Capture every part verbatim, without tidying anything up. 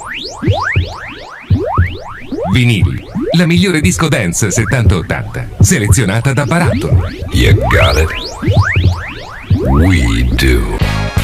Vinili, la migliore disco dance settanta ottanta, selezionata da Barattolo. You got it. We do.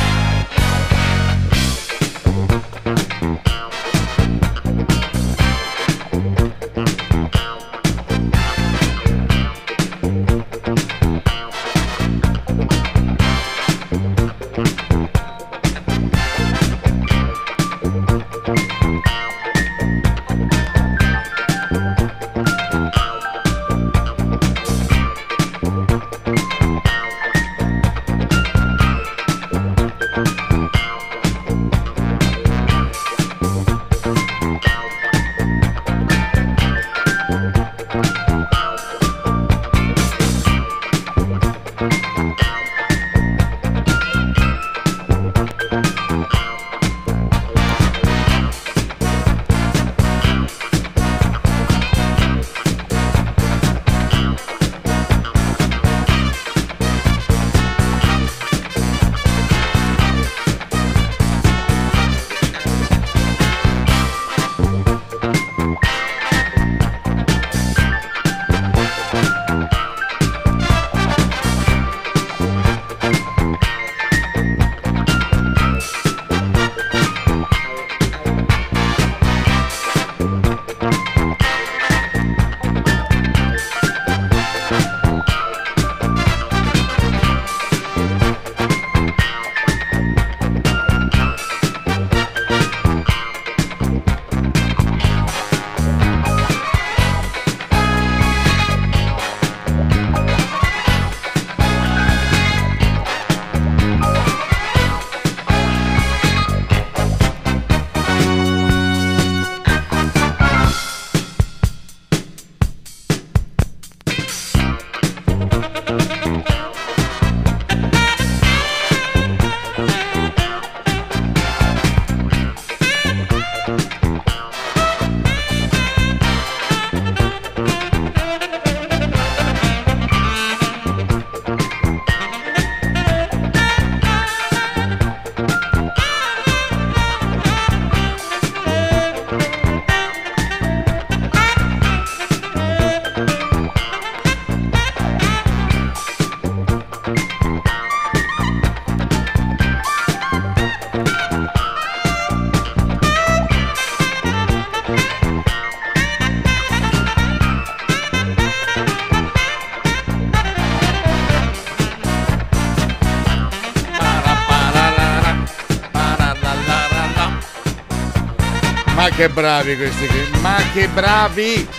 Ma che bravi questi qui, ma che bravi!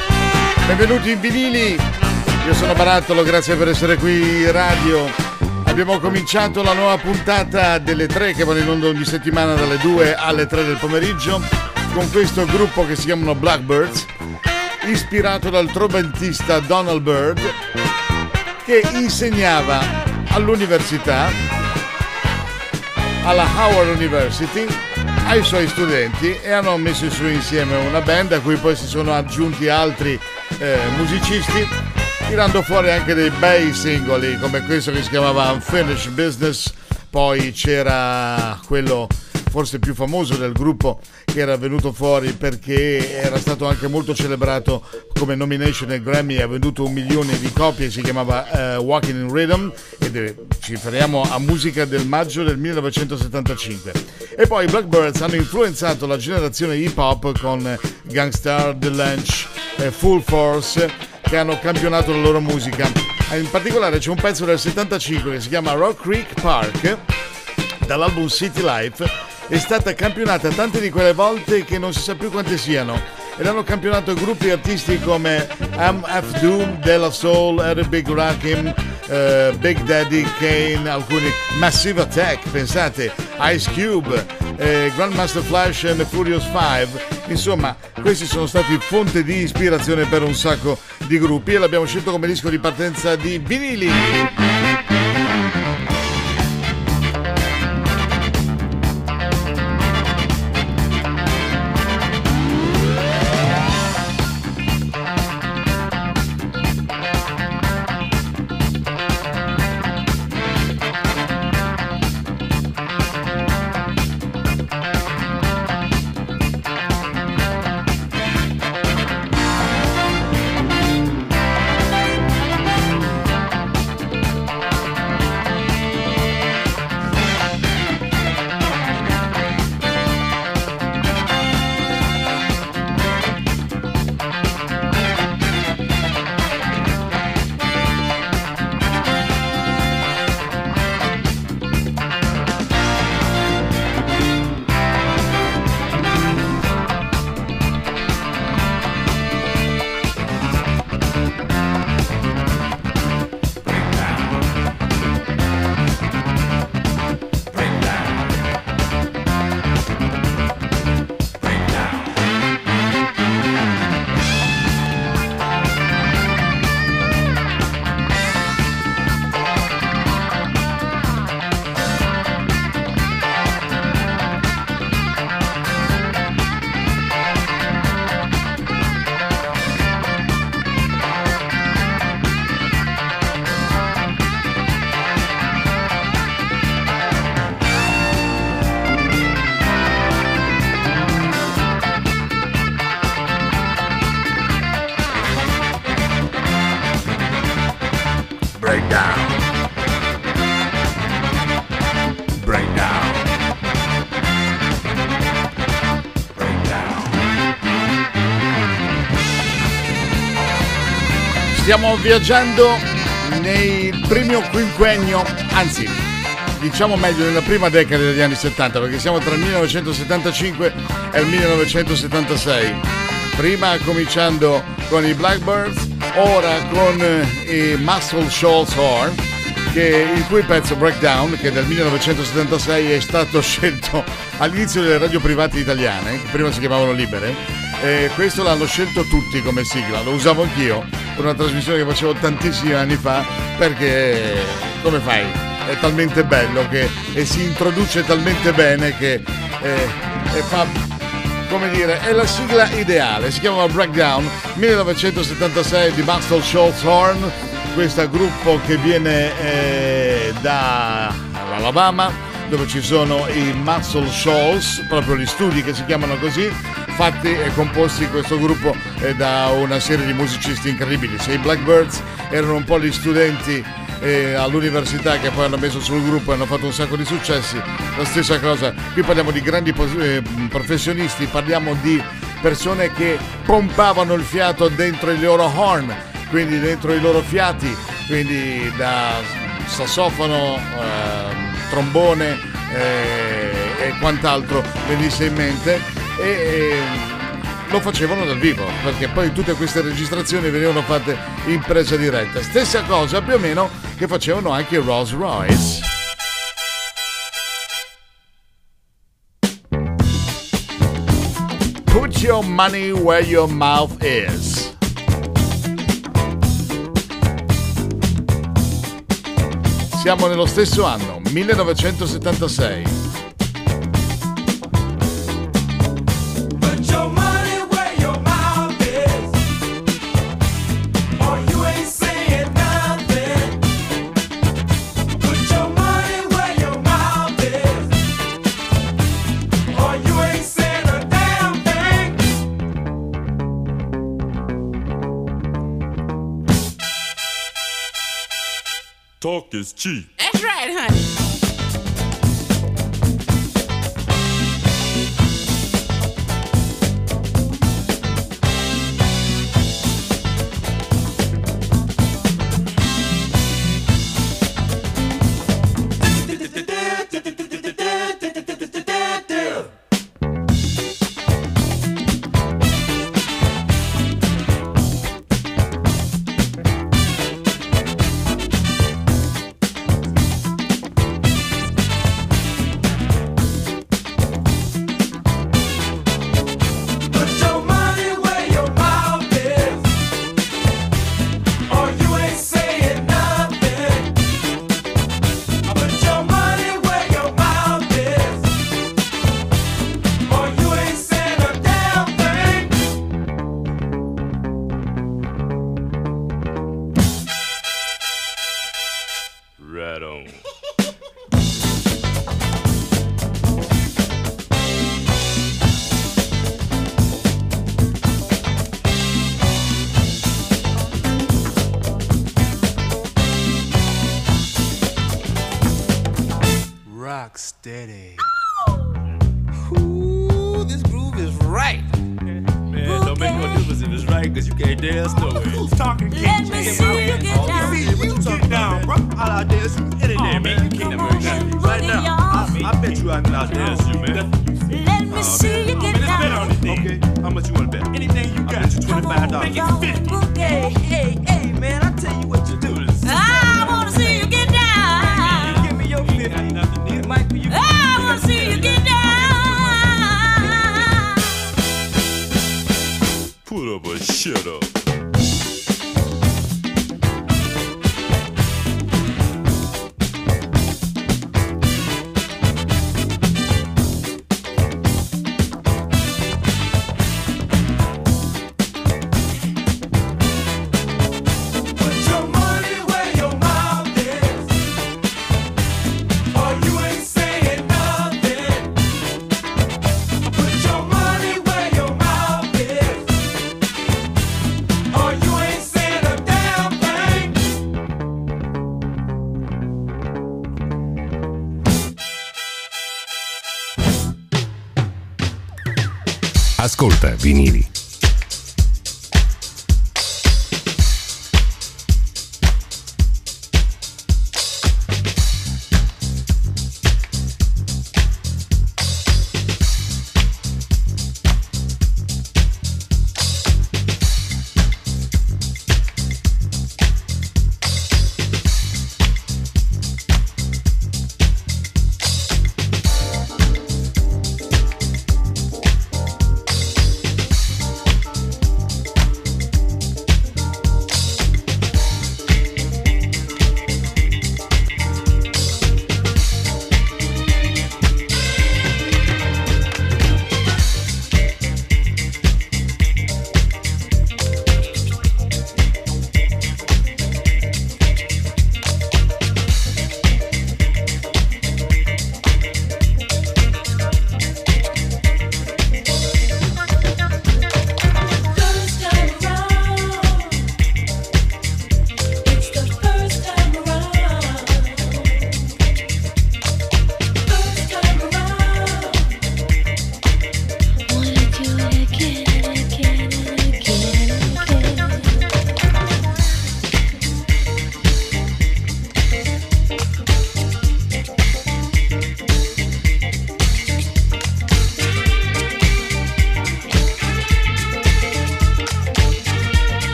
Benvenuti in Vinili, io sono Barattolo, grazie per essere qui in radio. Abbiamo cominciato la nuova puntata delle tre che vanno in onda ogni settimana dalle due alle tre del pomeriggio con questo gruppo che si chiamano Blackbirds, ispirato dal trombentista Donald Byrd, che insegnava all'università, alla Howard University, ai suoi studenti, e hanno messo su insieme una band a cui poi si sono aggiunti altri eh, musicisti, tirando fuori anche dei bei singoli come questo che si chiamava Unfinished Business. Poi c'era quello forse più famoso del gruppo, che era venuto fuori perché era stato anche molto celebrato come nomination ai Grammy, ha venduto un milione di copie, si chiamava uh, Walking in Rhythm, ed è, ci riferiamo a musica del maggio del millenovecentosettantacinque. E poi i Blackbirds hanno influenzato la generazione hip hop con Gangstar, The Lunch, eh, Full Force, che hanno campionato la loro musica. In particolare c'è un pezzo del settantacinque che si chiama Rock Creek Park, dall'album City Life. È stata campionata tante di quelle volte che non si sa più quante siano, e l'hanno campionato gruppi artisti come M F Doom, De La Soul, Eric Big Rakim, uh, Big Daddy Kane, alcuni Massive Attack, pensate, Ice Cube, eh, Grandmaster Flash and the Furious Five. Insomma, questi sono stati fonte di ispirazione per un sacco di gruppi, e l'abbiamo scelto come disco di partenza di Vinili. Stiamo viaggiando nel primo quinquennio, anzi diciamo meglio nella prima decade degli anni settanta, perché siamo tra il millenovecentosettantacinque e il millenovecentosettantasei. Prima cominciando con i Blackbirds, ora con i Muscle Shoals Horn, che il cui pezzo Breakdown, che del millenovecentosettantasei è stato scelto all'inizio delle radio private italiane, che prima si chiamavano Libere, e questo l'hanno scelto tutti come sigla, lo usavo anch'io per una trasmissione che facevo tantissimi anni fa, perché come fai? È talmente bello che, e si introduce talmente bene che eh, e fa, come dire, è la sigla ideale. Si chiama Breakdown, millenovecentosettantasei di Muscle Shoals Horn, questo gruppo che viene eh, dall'Alabama, dove ci sono i Muscle Shoals, proprio gli studi che si chiamano così, fatti e composti questo gruppo eh, da una serie di musicisti incredibili. Se i Blackbirds erano un po' gli studenti eh, all'università che poi hanno messo sul gruppo e hanno fatto un sacco di successi, la stessa cosa, qui parliamo di grandi eh, professionisti, parliamo di persone che pompavano il fiato dentro i loro horn, quindi dentro i loro fiati, quindi da sassofono, eh, trombone eh, e quant'altro venisse in mente, e, e lo facevano dal vivo, perché poi tutte queste registrazioni venivano fatte in presa diretta. Stessa cosa più o meno che facevano anche i Rolls Royce. Put your money where your mouth is. Siamo nello stesso anno, millenovecentosettantasei. Talk is cheap. That's right, honey. Steady. Ooh, this groove is right. Man, don't make no difference if it's right, cause you can't dance no way. Who's talking? Let me see you get down. What you talking down, bro? I'll out dance you any day, man. You can't never dance right now. I, I bet you I can out dance you, man. Let me see you get down. Let's bet on anything. Okay, how much you wanna bet? Anything you got. I bet you twenty-five dollars. Make it fifty. Hey, hey, hey, man, I tell you what you do. I wanna see you get down. You give me your fifty. It might be you. I wanna see you get down. Put up or shut up. Ascolta vinili.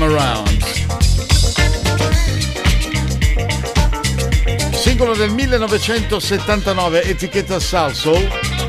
Time Around. Singolo del millenovecentosettantanove, etichetta Salsoul.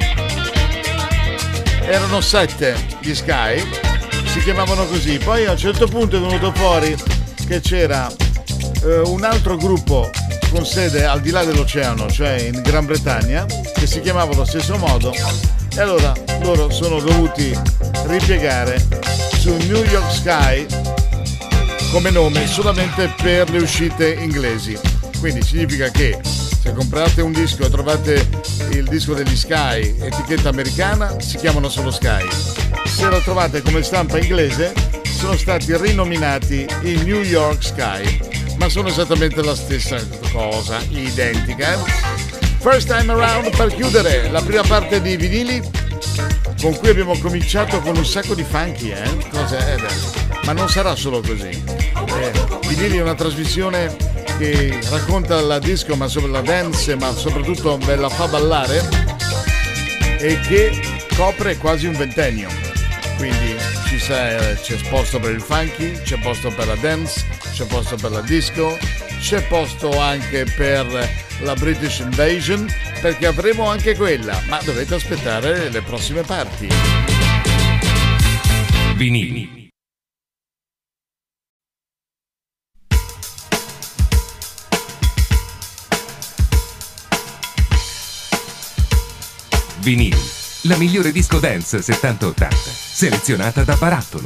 Erano sette gli Sky, si chiamavano così. Poi a un certo punto è venuto fuori che c'era eh, un altro gruppo con sede al di là dell'oceano, cioè in Gran Bretagna, che si chiamava allo stesso modo, e allora loro sono dovuti ripiegare su New York Sky come nome solamente per le uscite inglesi. Quindi significa che se comprate un disco e trovate il disco degli Sky, etichetta americana, si chiamano solo Sky. Se lo trovate come stampa inglese, sono stati rinominati i New York Sky, ma sono esattamente la stessa cosa, identica. First Time Around per chiudere la prima parte di vinili, con cui abbiamo cominciato con un sacco di funky, eh? Cos'è? Ma non sarà solo così. Eh, vinili è una trasmissione che racconta la disco, ma sobre la dance, ma soprattutto ve la fa ballare, e che copre quasi un ventennio. Quindi ci sa, c'è posto per il funky, c'è posto per la dance, c'è posto per la disco, c'è posto anche per la British Invasion, perché avremo anche quella, ma dovete aspettare le prossime parti. Vinili. Vinili, la migliore disco dance settanta ottanta, selezionata da Barattolo.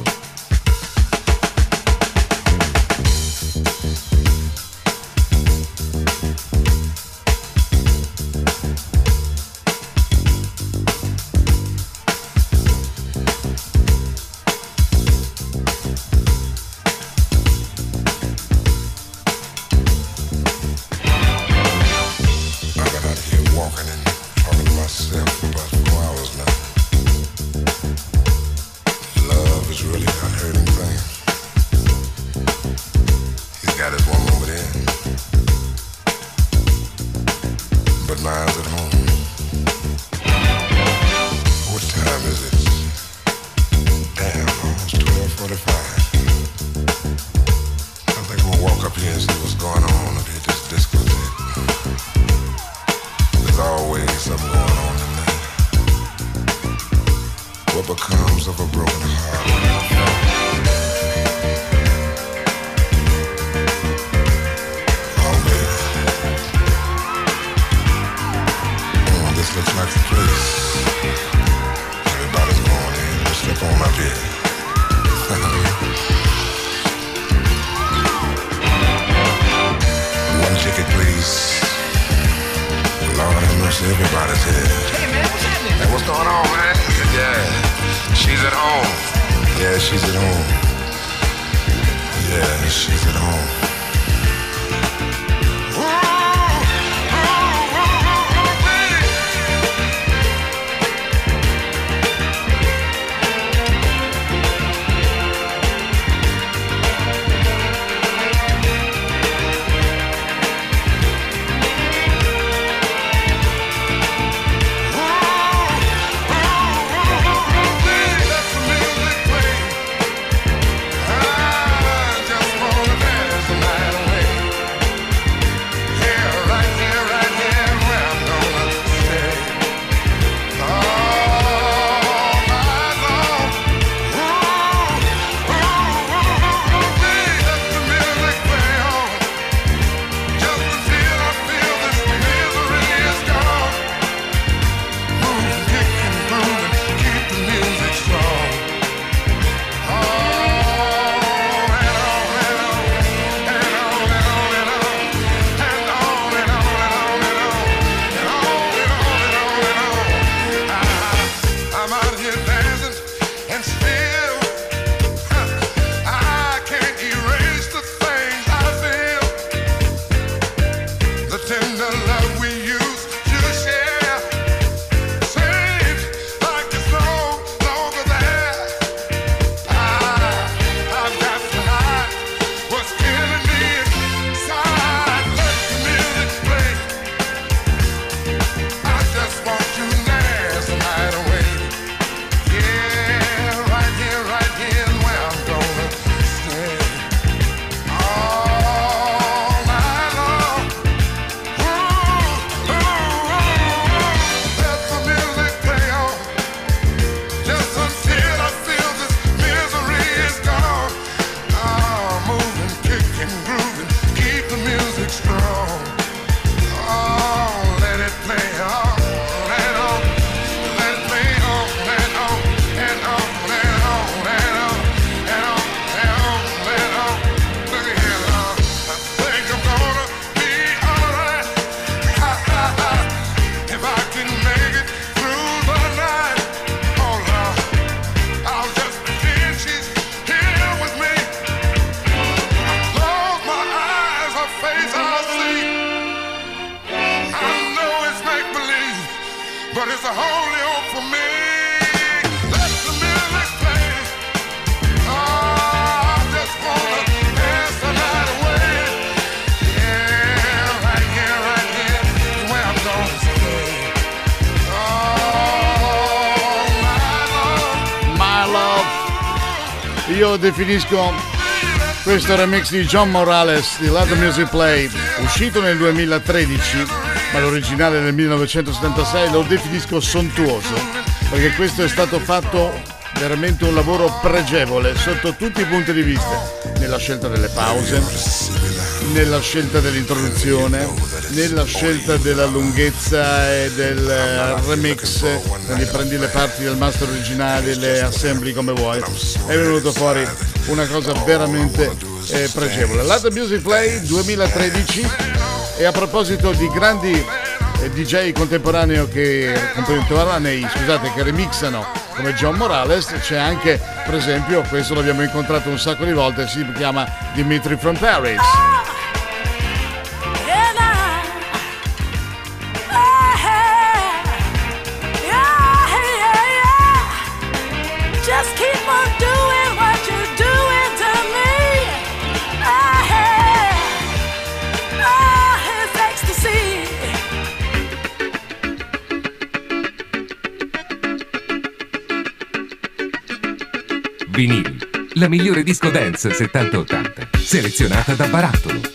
io definisco questo remix di John Morales di Let the Music Play, uscito nel duemilatredici, ma l'originale nel millenovecentosettantasei, lo definisco sontuoso, perché questo è stato fatto veramente un lavoro pregevole sotto tutti i punti di vista, nella scelta delle pause, nella scelta dell'introduzione, nella scelta della lunghezza e del remix, quindi prendi le parti del master originale, le assembli come vuoi, è venuto fuori una cosa veramente eh, pregevole. Let the Music Play duemilatredici. E a proposito di grandi eh, D J contemporanei che contemporanei, scusate, che remixano come John Morales, c'è anche, per esempio, questo l'abbiamo incontrato un sacco di volte, si chiama Dimitri from Paris. Just keep on doing what you're doing to me. Ah, ah, it's ecstasy. Vinili, la migliore disco dance settanta ottanta, selezionata da Barattolo.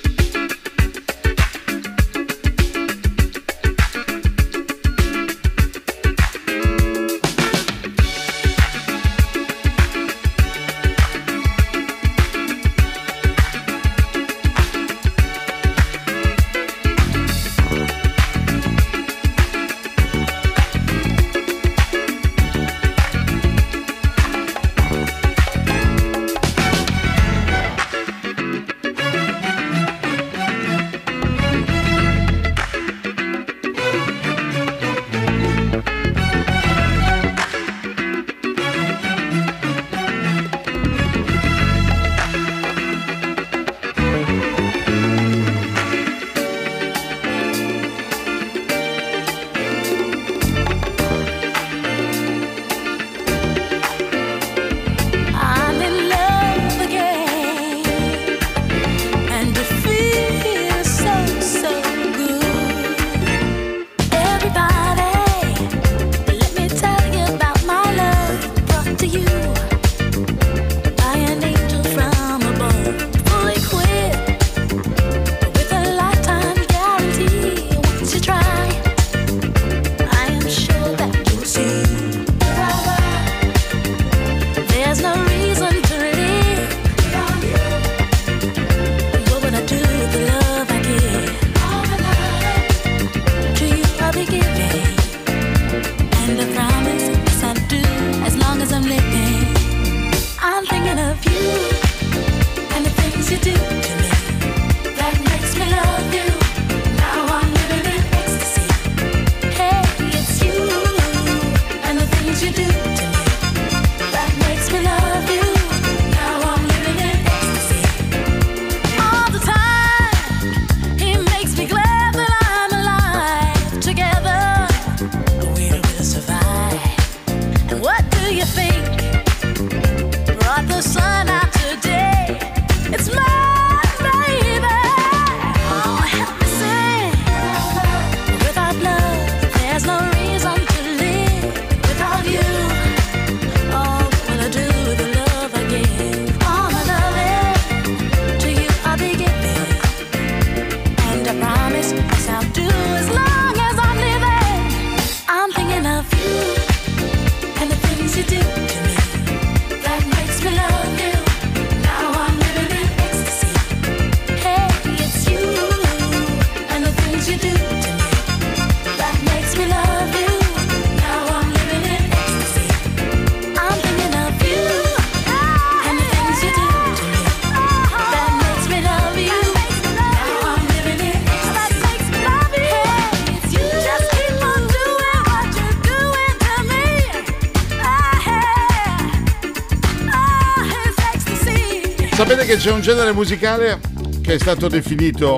Sapete che c'è un genere musicale che è stato definito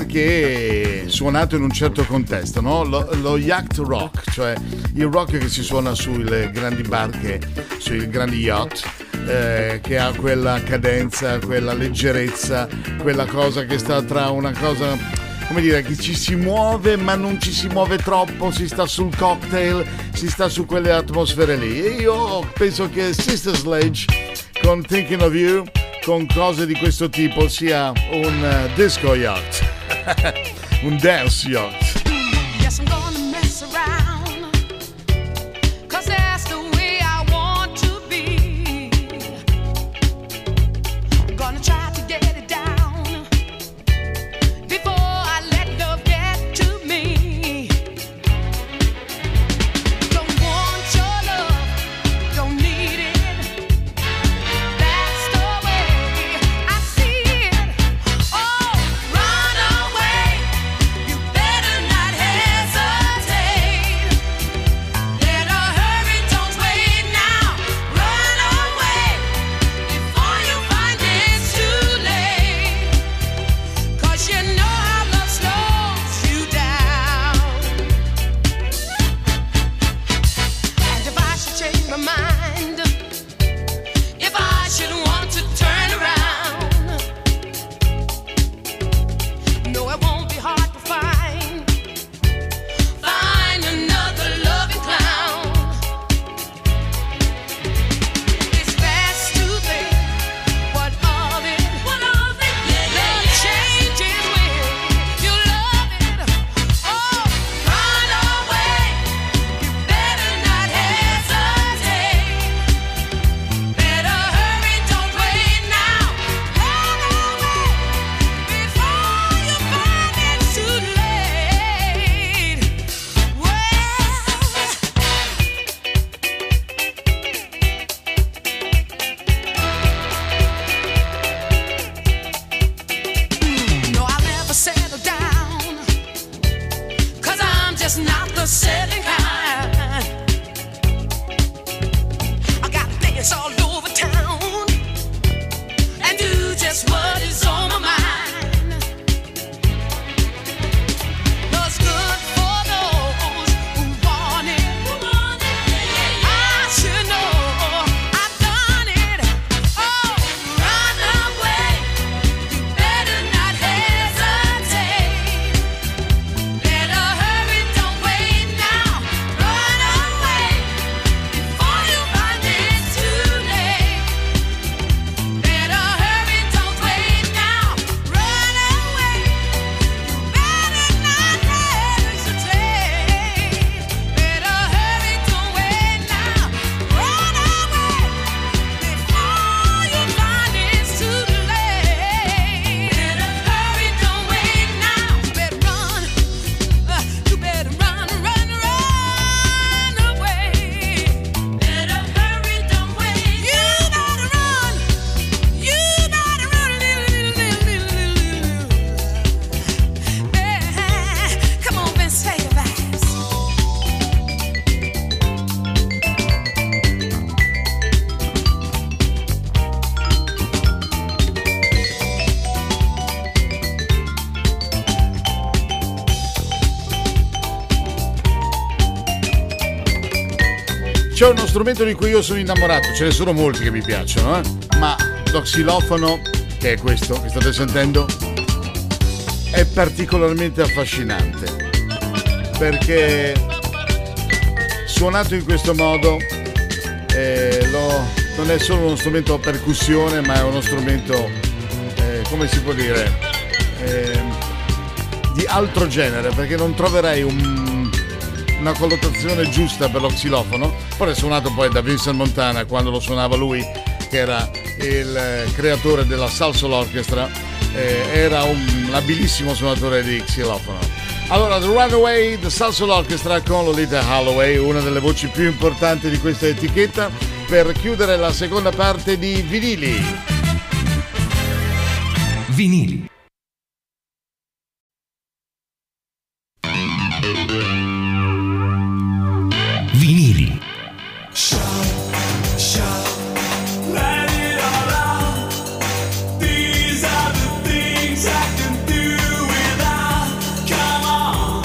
perché suonato in un certo contesto, no? Lo, lo yacht rock, cioè il rock che si suona sulle grandi barche, sui grandi yacht, eh, che ha quella cadenza, quella leggerezza, quella cosa che sta tra una cosa, come dire, che ci si muove ma non ci si muove troppo, si sta sul cocktail, si sta su quelle atmosfere lì. E io penso che Sister Sledge con Thinking of You, con cose di questo tipo, ossia un uh, disco yacht, un dance yacht. Yes, I'm gonna mess around, 'cause that's the way I want to be. I'm gonna try to get it down before I let love get to me. Don't want your love, don't need it. That's the way I see it. Oh, run away. You better not hesitate. Better hurry, don't wait now. Run away before you find it's too late. 'Cause you know how love slows you down. And if I should change my mind, if I should want to turn around, no, it won't be hard to find, find another loving clown. It's best to think what of it, what of it, yeah, yeah, yeah. Changes when you love it. Oh, run away, you better not hesitate. Better hurry, don't wait now. Run away before you find it's too late. Well, no, I'll never settle down, 'cause I'm just not the settling kind. I got dance all over town and do just what is on my mind. Love's good for those who want it. I should know I've done it. Oh, run away. You better not hesitate. Better hurry, don't wait now. Run away before you find it's too late. Better hurry, don't wait now. Run away. You better not hesitate. Better hurry, don't wait now. Run away before you find it's too late. Better hurry, don't wait now. You better run. Uh, you better run, run, run away. Better hurry, don't wait. You better run. You better run. Yeah. Come on, Vince, take it back. C'è uno strumento di cui io sono innamorato, ce ne sono molti che mi piacciono, eh? Ma lo xilofono, che è questo che state sentendo, è particolarmente affascinante, perché suonato in questo modo eh, lo- non è solo uno strumento a percussione, ma è uno strumento, eh, come si può dire, eh, di altro genere, perché non troverei un- una collocazione giusta per lo xilofono. Poi è suonato poi da Vincent Montana quando lo suonava lui, che era il eh, creatore della Salsoul Orchestra, eh, era un abilissimo suonatore di xilofono. Allora, The Runaway, The Salsoul Orchestra con Lolita Holloway, una delle voci più importanti di questa etichetta, per chiudere la seconda parte di Vinili. Vinili. Vinili. Let it all out. These are the things I can do without. Come on,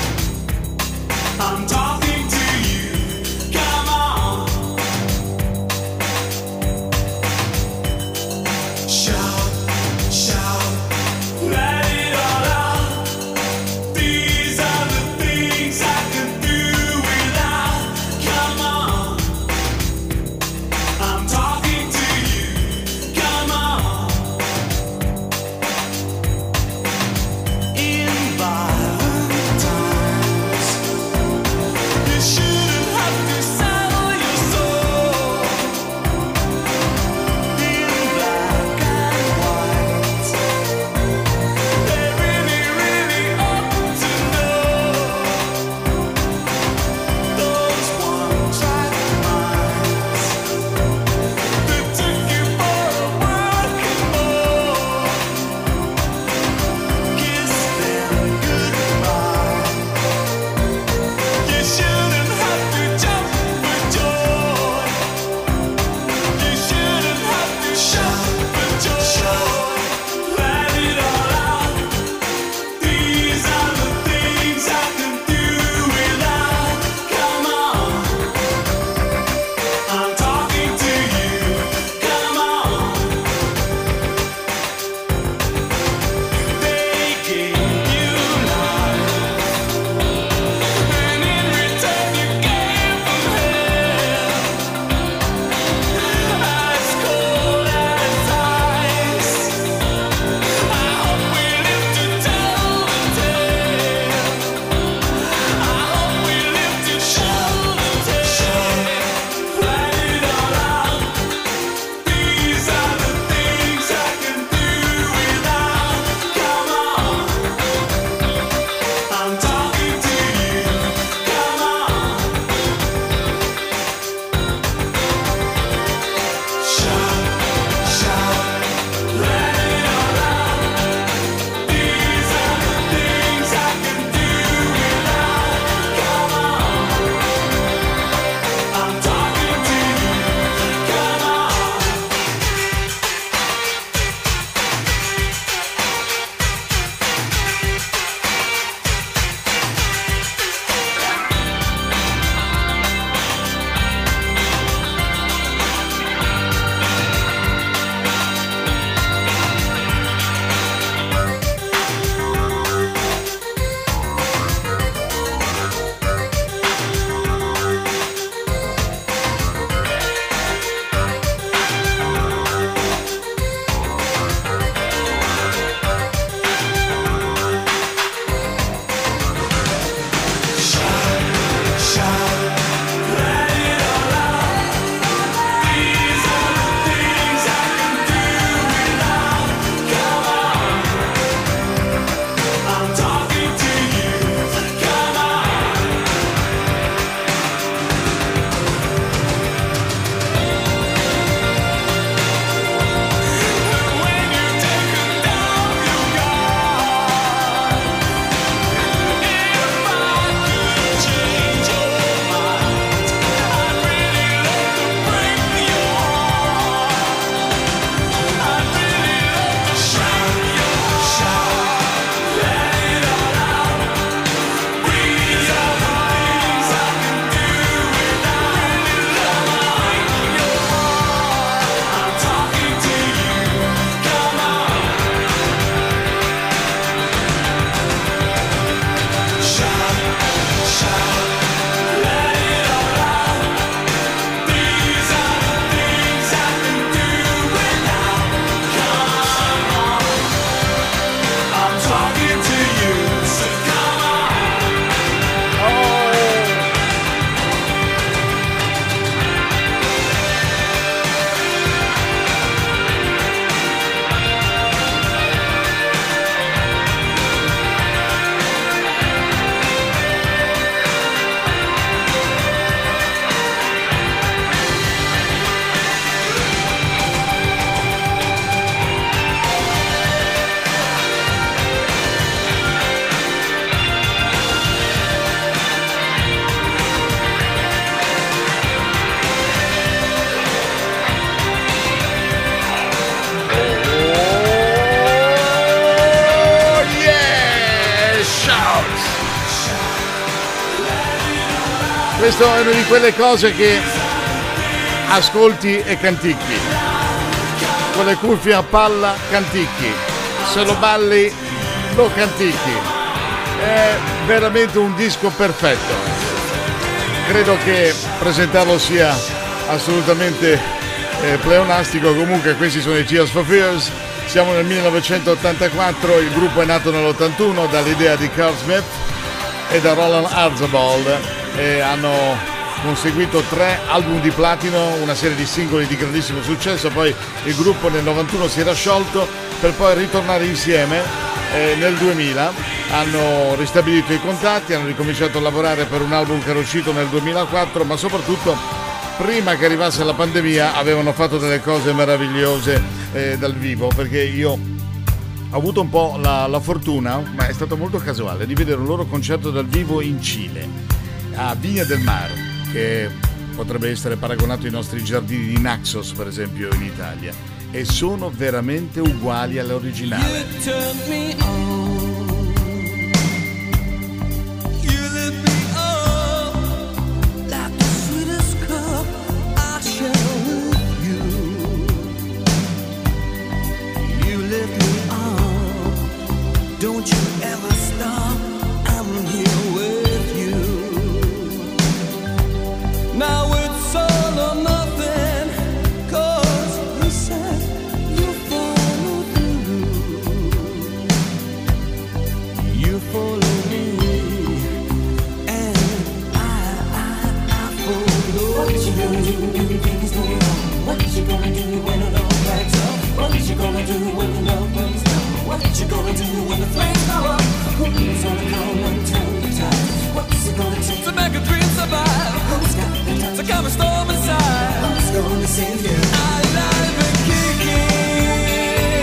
I'm talking to you. Come on, shout, shout. Questo è una di quelle cose che ascolti e canticchi. Con le cuffie a palla canticchi. Se lo balli lo canticchi. È veramente un disco perfetto. Credo che presentarlo sia assolutamente eh, pleonastico. Comunque questi sono i Tears for Fears. Siamo nel millenovecentottantaquattro, il gruppo è nato nell'ottantuno dall'idea di Carl Smith e da Roland Archibald e hanno conseguito tre album di platino, una serie di singoli di grandissimo successo. Poi il gruppo nel novantuno si era sciolto per poi ritornare insieme e nel duemila hanno ristabilito i contatti, hanno ricominciato a lavorare per un album che era uscito nel duemilaquattro, ma soprattutto prima che arrivasse la pandemia avevano fatto delle cose meravigliose eh, dal vivo, perché io ho avuto un po' la, la fortuna, ma è stato molto casuale, di vedere un loro concerto dal vivo in Cile, a Viña del Mar, che potrebbe essere paragonato ai nostri giardini di Naxos, per esempio, in Italia, e sono veramente uguali all'originale. Don't you ever stop, I'm here with you. Now it's all or nothing, 'cause you said you follow through. You follow me, and I, I, I follow. What you gonna do when things go wrong? What you gonna do when it all backs up? What you gonna do when the love burns down? What you gonna do when the flames go up? Who's gonna come and turn the tide? What's it gonna take to make a dream survive? Who's got the time to calm a storm inside? Who's gonna save you? Alive and kicking,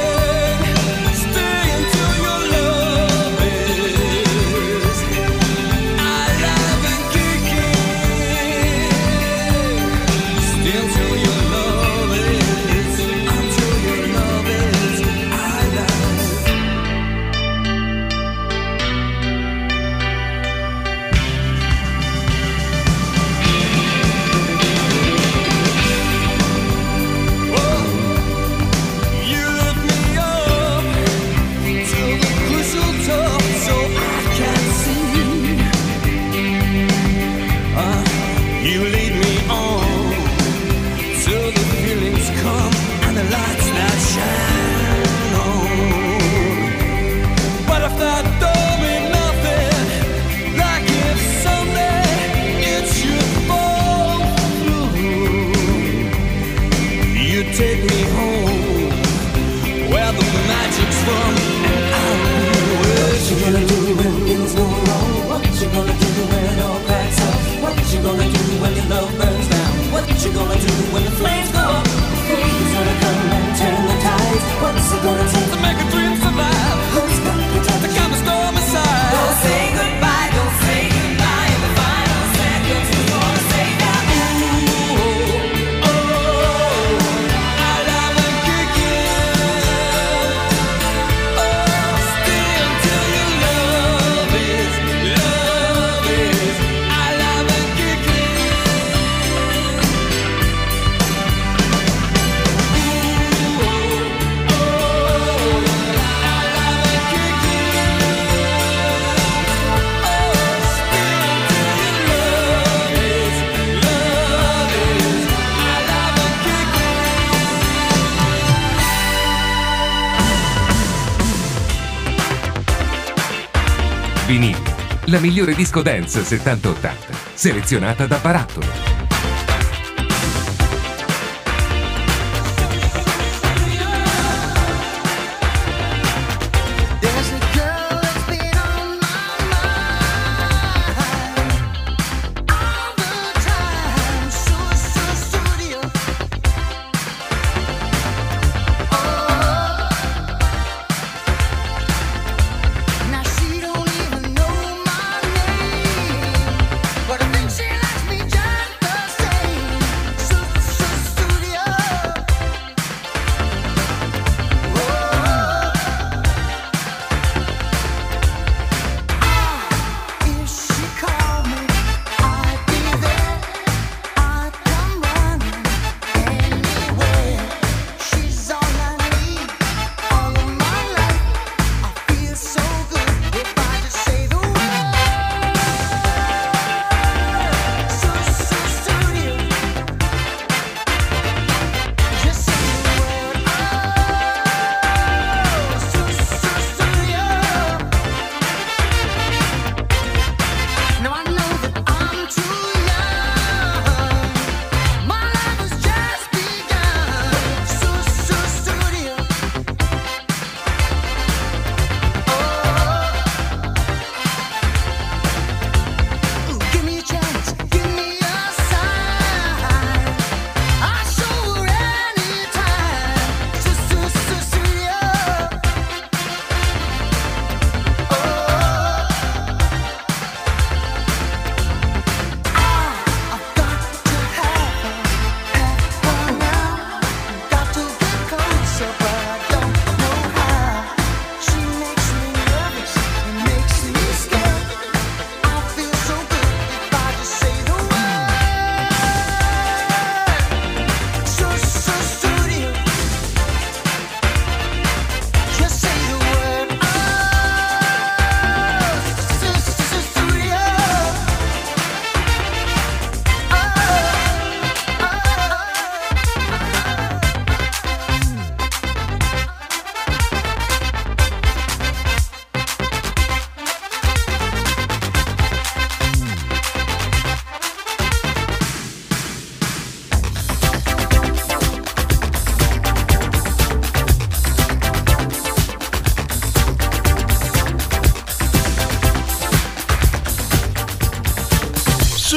stay until your love is alive and kicking, stay until your love is, until your love is alive. Take me home where the magic's from, and I'll be with you. What you gonna do when things go wrong? What you gonna do when it all cracks up? What you gonna do when your love burns down? What you gonna do when the flames go up? Who's gonna come and turn the tides? What's it gonna take to make a dream survive? Who's got the time to calm the storm aside? Don't say goodbye, don't say goodbye. In the final seconds, who's gonna save you? Vinili, la migliore disco dance settanta ottanta, selezionata da Barattolo. But I think she likes me just the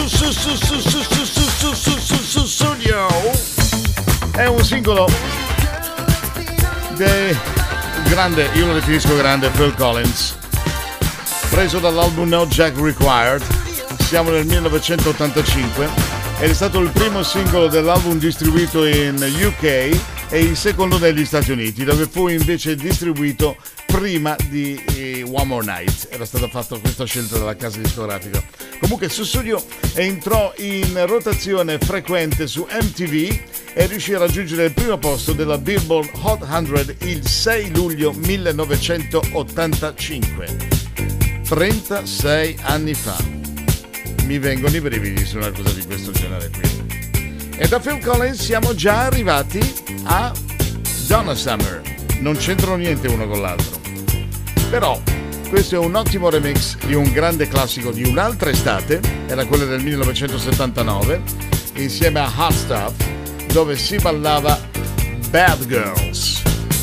su su su su su su su su su su su studio. È un singolo del grande, io lo definisco grande, Phil Collins, preso dall'album No Jack Required. Siamo nel millenovecentottantacinque ed è stato il primo singolo dell'album distribuito in U K e il secondo negli Stati Uniti, dove fu invece distribuito prima di eh, One More Night. Era stata fatta questa scelta dalla casa discografica. Comunque Sussudio entrò in rotazione frequente su M T V e riuscì a raggiungere il primo posto della Billboard Hot cento il sei luglio millenovecentottantacinque, trentasei anni fa. Mi vengono i brividi su una cosa di questo genere qui. E da Phil Collins siamo già arrivati a Donna Summer. Non c'entrano niente uno con l'altro, però questo è un ottimo remix di un grande classico di un'altra estate, era quella del millenovecentosettantanove, insieme a Hot Stuff, dove si ballava Bad Girls.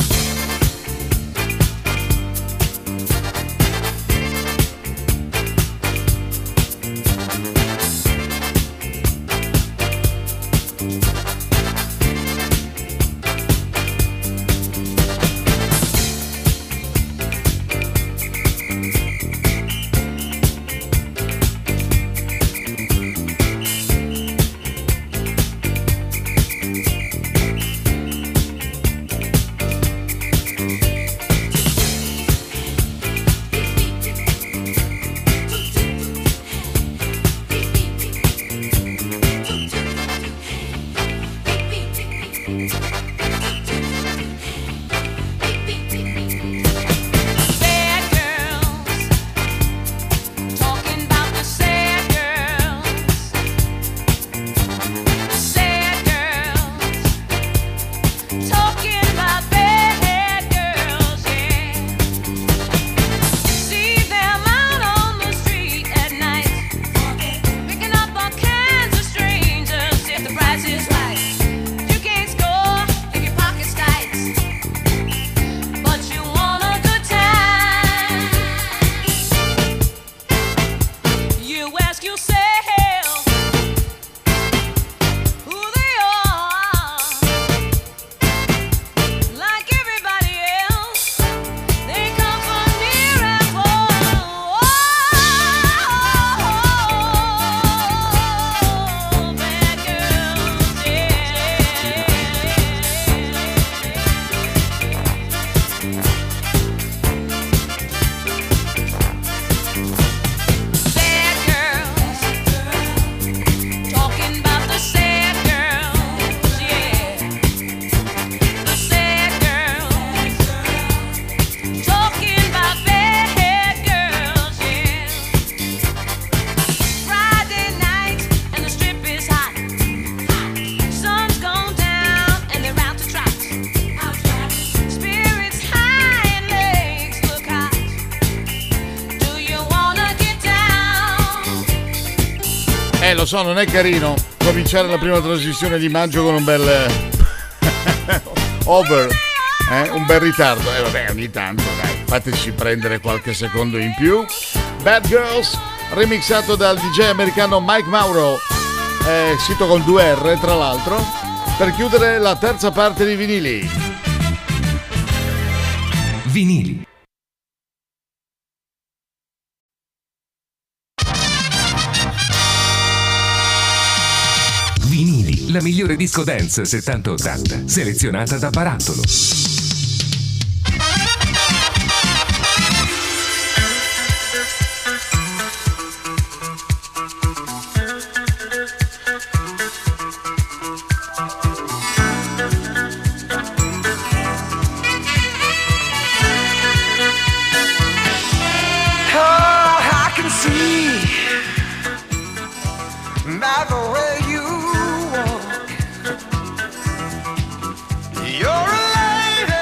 Eh, lo so, non è carino cominciare la prima trasmissione di maggio con un bel over, eh? Un bel ritardo. Eh vabbè, ogni tanto, dai, fateci prendere qualche secondo in più. Bad Girls, remixato dal D J americano Mike Mauro, eh, scritto con due R tra l'altro, per chiudere la terza parte di vinili. Vinili. Vinili, la migliore disco dance settanta ottanta, selezionata da Barattolo. By the way you walk, you're a lady.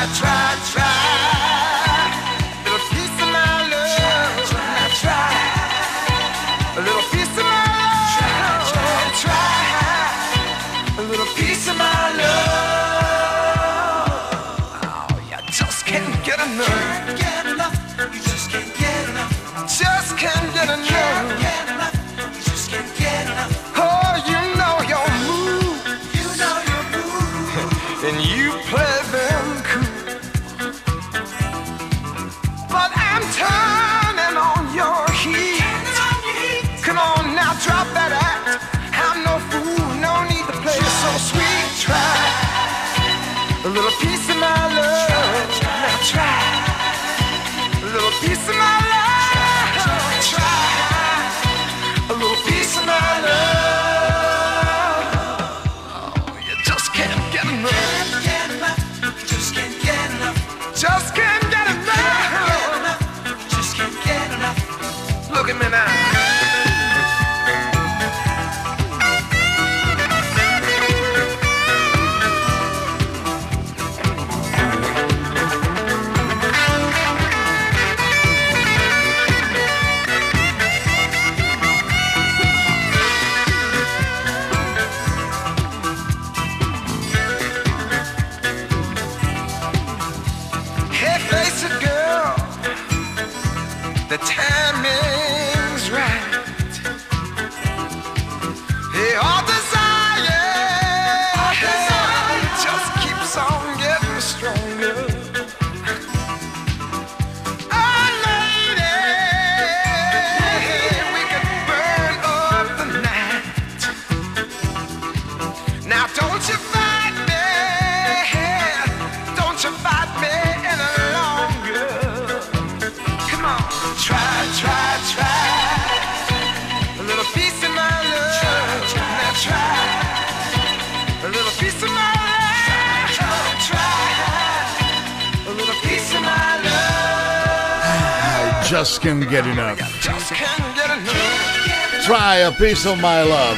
try, try, try. A little piece of my love. Now try. A little piece of my love. Try, try. A little piece of my love. Oh, you just can't get enough. Can't get enough. You just can't get enough. Just can't get enough. Can't get enough. You just can't get enough. Oh, you know your move. You know your move. And you play them cool. But I'm turning on your heat. Come on now, drop that act. I'm no fool, no need to play so sweet. Try a little piece of my love. Now try a little piece of my love. Try a little piece of my love. Oh, you just can't get enough. Can't get enough. You just can't get enough. Just can't get enough. Just can't get enough. Look at me now. The timing's right. Hey, all desire, all desire just keeps on getting stronger. Oh, lady, we could burn up the night. Now, don't you fight me, don't you fight me any longer. Come on. Try, try, try. A little piece of my love. Now try. A little piece of my love. Try. A little piece of my love. I just can't get enough. Just can't get enough. Try a piece of my love.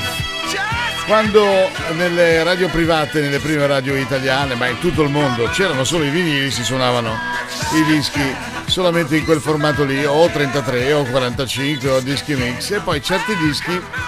Quando nelle radio private, nelle prime radio italiane, ma in tutto il mondo, c'erano solo i vinili, si suonavano i dischi solamente in quel formato lì, o trentatré o quarantacinque o dischi mix, e poi certi dischi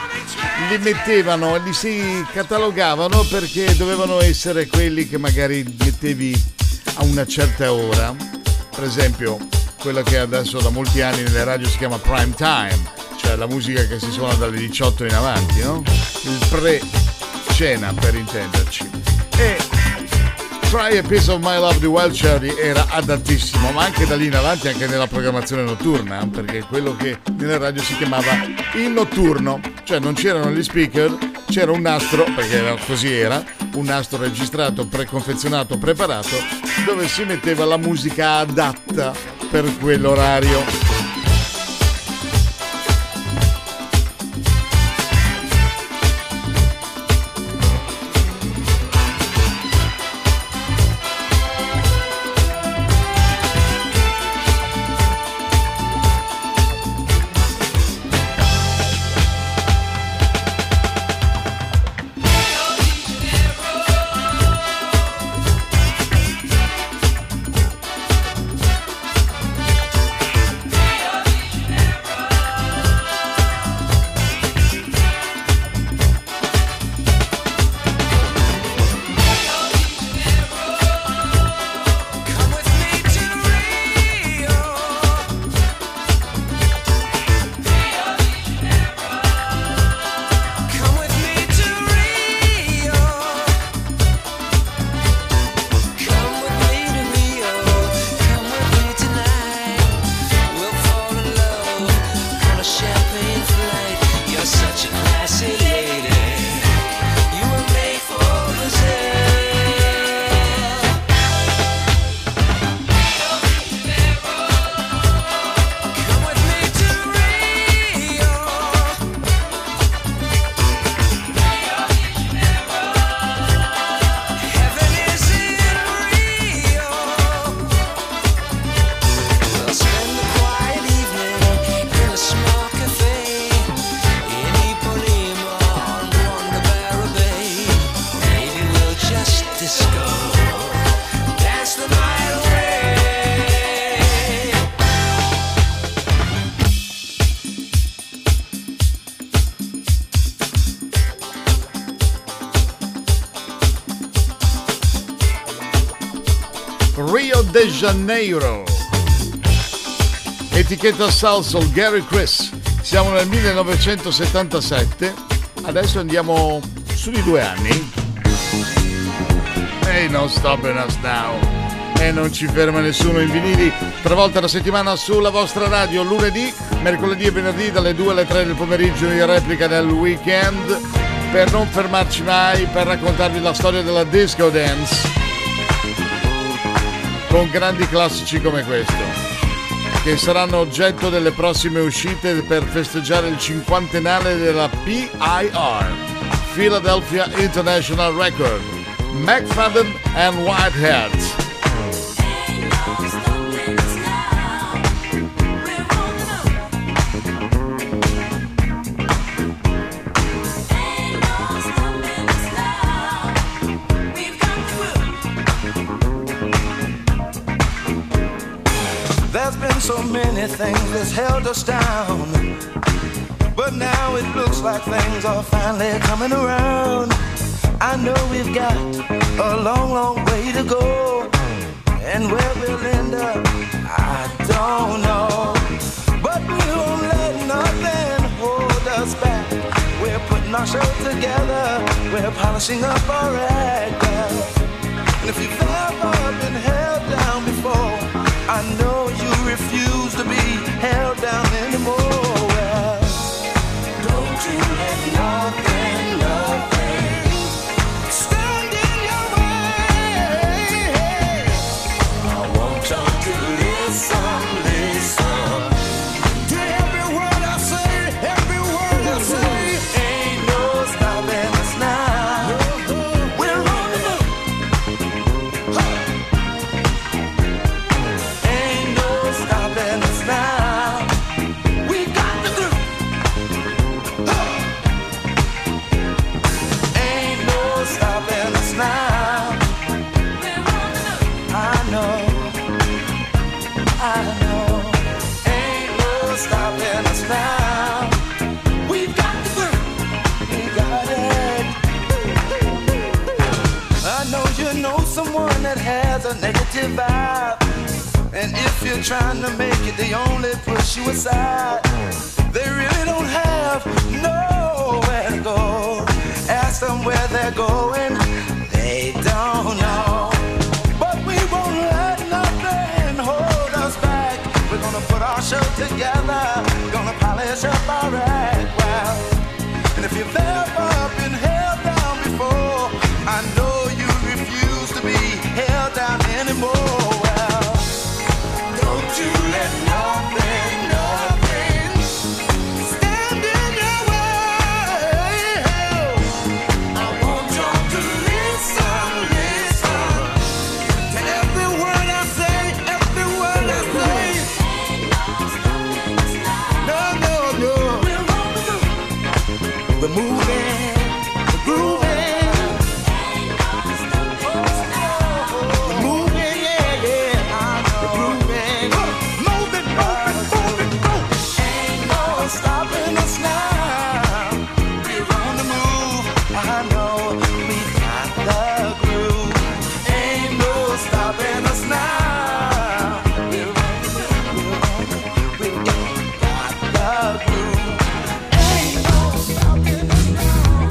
li mettevano, li si catalogavano perché dovevano essere quelli che magari mettevi a una certa ora. Per esempio quella che adesso da molti anni nelle radio si chiama prime time, cioè la musica che si suona dalle diciotto in avanti, no? Il pre-cena, per intenderci. E Try a Piece of My Love di Wild Cherry era adattissimo, ma anche da lì in avanti anche nella programmazione notturna, perché quello che nella radio si chiamava il notturno, cioè non c'erano gli speaker, c'era un nastro, perché era, così era, un nastro registrato, preconfezionato, preparato, dove si metteva la musica adatta per quell'orario. Spend a quiet evening in a small cafe in Ipanema. Rio de Janeiro. Etichetta Salsoul, Gary Chris. Siamo nel millenovecentosettantasette. Adesso andiamo su di due anni. Hey, no stopping us now. E non ci ferma nessuno in vinili. Tre volte alla settimana sulla vostra radio. Lunedì, mercoledì e venerdì dalle due alle tre del pomeriggio in replica del weekend. Per non fermarci mai, per raccontarvi la storia della disco dance. Con grandi classici come questo, che saranno oggetto delle prossime uscite per festeggiare il cinquantenale della P I R, Philadelphia International Record, McFadden and Whitehead. There's been so many things that's held us down, but now it looks like things are finally coming around. I know we've got a long, long way to go, and where we'll end up, I don't know. But we won't let nothing hold us back. We're putting our show together, we're polishing up our act. And if you've ever been held down before, I know you refuse to be held down anymore. Well, don't you let nothing, nothing stand in your way. I want you to listen, listen to every word I say, every word I say. Ain't no stopping us now. We're on the move. Stopping us now. We got the groove. Ain't no stopping us now. I know, I know. Ain't no stopping us now. We got the groove. We got it. I know you know someone that has a negative vibe, and if you're trying to make it, they only push you aside. They really don't have nowhere to go. Ask them where they're going, they don't know. But we won't let nothing hold us back. We're gonna put our show together, gonna polish up our act well. And if you've ever been held down before, I know you refuse to be held down anymore. Don't you let nothing, nothing stand in your way. I want you to listen, listen to every word I say, every word I say. No, no, no. We're moving, we're grooving. We're moving, yeah, yeah. We're grooving. Moving, moving, moving, moving. Ain't no stopping us now. We're on the move. I know we got the groove. Ain't no stopping us now. We're on the move. We got the groove. Ain't no stopping us now.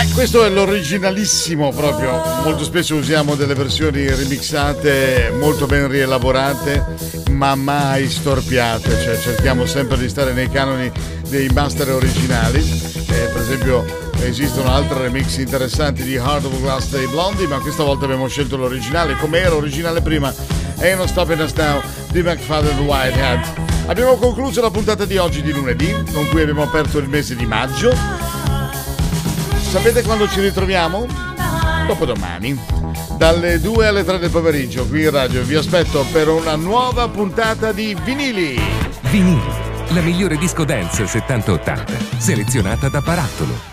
Beh, questo è l'originalissimo proprio. Molto spesso usiamo delle versioni remixate, molto ben rielaborate, ma mai storpiate. Cioè cerchiamo sempre di stare nei canoni dei master originali. Eh, per esempio esistono altri remix interessanti di Heart of Glass dei Blondie, ma questa volta abbiamo scelto l'originale, come era originale prima. Ain't No Stopping Us Now di McFadden Whitehead. Abbiamo concluso la puntata di oggi di lunedì, con cui abbiamo aperto il mese di maggio. Sapete quando ci ritroviamo? Dopodomani, dalle due alle tre del pomeriggio qui in radio. Vi aspetto per una nuova puntata di Vinili. Vinili, la migliore disco dance settanta ottanta, selezionata da Barattolo.